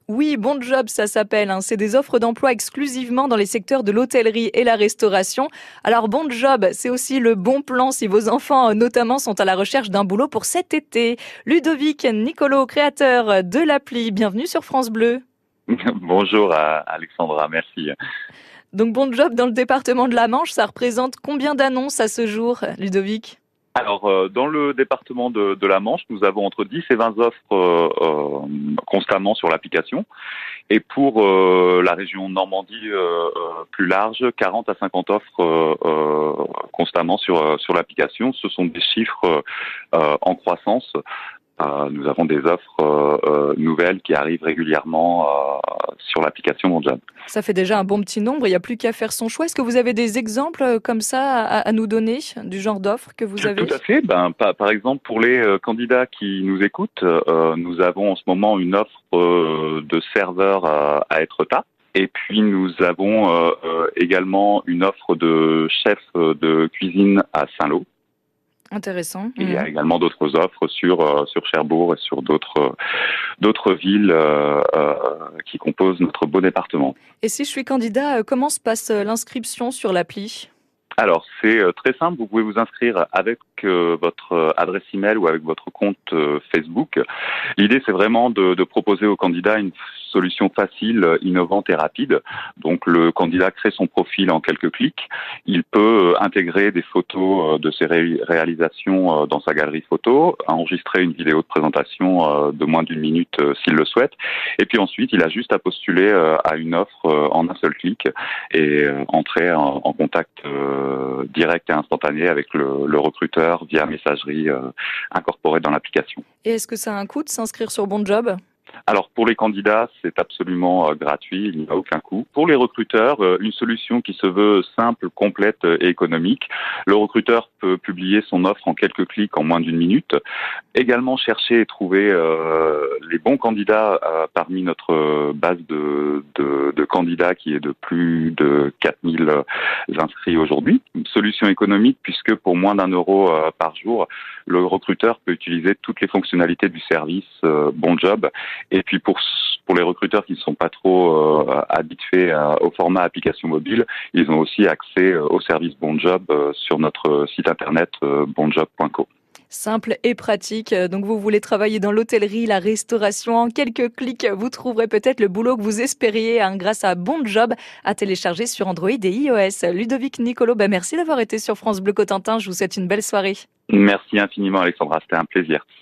Oui, Bon Job, ça s'appelle. C'est des offres d'emploi exclusivement dans les secteurs de l'hôtellerie et la restauration. Alors, Bon Job, c'est aussi le bon plan si vos enfants, notamment, sont à la recherche d'un boulot pour cet été. Ludovic Nicolo, créateur de l'appli. Bienvenue sur France Bleu. Bonjour à Alexandra, merci. Donc, Bon Job dans le département de la Manche, ça représente combien d'annonces à ce jour, Ludovic? Alors, dans le département de la Manche, nous avons entre 10 et 20 offres constamment sur l'application. Et pour la région Normandie plus large, 40 à 50 offres constamment sur l'application. Ce sont des chiffres en croissance. Nous avons des offres nouvelles qui arrivent régulièrement sur l'application Mon Job. Ça fait déjà un bon petit nombre, il n'y a plus qu'à faire son choix. Est-ce que vous avez des exemples comme ça à nous donner, du genre d'offres que vous avez? Tout à fait. Par exemple, pour les candidats qui nous écoutent, nous avons en ce moment une offre de serveur à Etretat. Et puis nous avons également une offre de chef de cuisine à Saint-Lô. Intéressant. Et il y a également d'autres offres sur Cherbourg et sur d'autres villes qui composent notre beau département. Et si je suis candidat, comment se passe l'inscription sur l'appli? Alors, c'est très simple. Vous pouvez vous inscrire avec votre adresse email ou avec votre compte Facebook. L'idée, c'est vraiment de proposer aux candidats une solution facile, innovante et rapide. Donc, le candidat crée son profil en quelques clics. Il peut intégrer des photos de ses réalisations dans sa galerie photo, enregistrer une vidéo de présentation de moins d'une minute s'il le souhaite. Et puis ensuite, il a juste à postuler à une offre en un seul clic et entrer en contact direct et instantané avec le recruteur via messagerie incorporée dans l'application. Et est-ce que ça a un coût de s'inscrire sur Bon Job? Alors pour les candidats, c'est absolument gratuit, il n'y a aucun coût. Pour les recruteurs, une solution qui se veut simple, complète et économique. Le recruteur peut publier son offre en quelques clics en moins d'une minute. Également chercher et trouver les bons candidats parmi notre base de candidats qui est de plus de 4000 inscrits aujourd'hui. Une solution économique puisque pour moins d'1 euro par jour, le recruteur peut utiliser toutes les fonctionnalités du service Bon Job. Et puis pour les recruteurs qui ne sont pas trop habitués au format application mobile, ils ont aussi accès au service Bon Job sur notre site internet bonjob.co. Simple et pratique. Donc vous voulez travailler dans l'hôtellerie, la restauration. En quelques clics, vous trouverez peut-être le boulot que vous espériez grâce à Bon Job à télécharger sur Android et iOS. Ludovic Nicolo, merci d'avoir été sur France Bleu Cotentin. Je vous souhaite une belle soirée. Merci infiniment Alexandra, c'était un plaisir.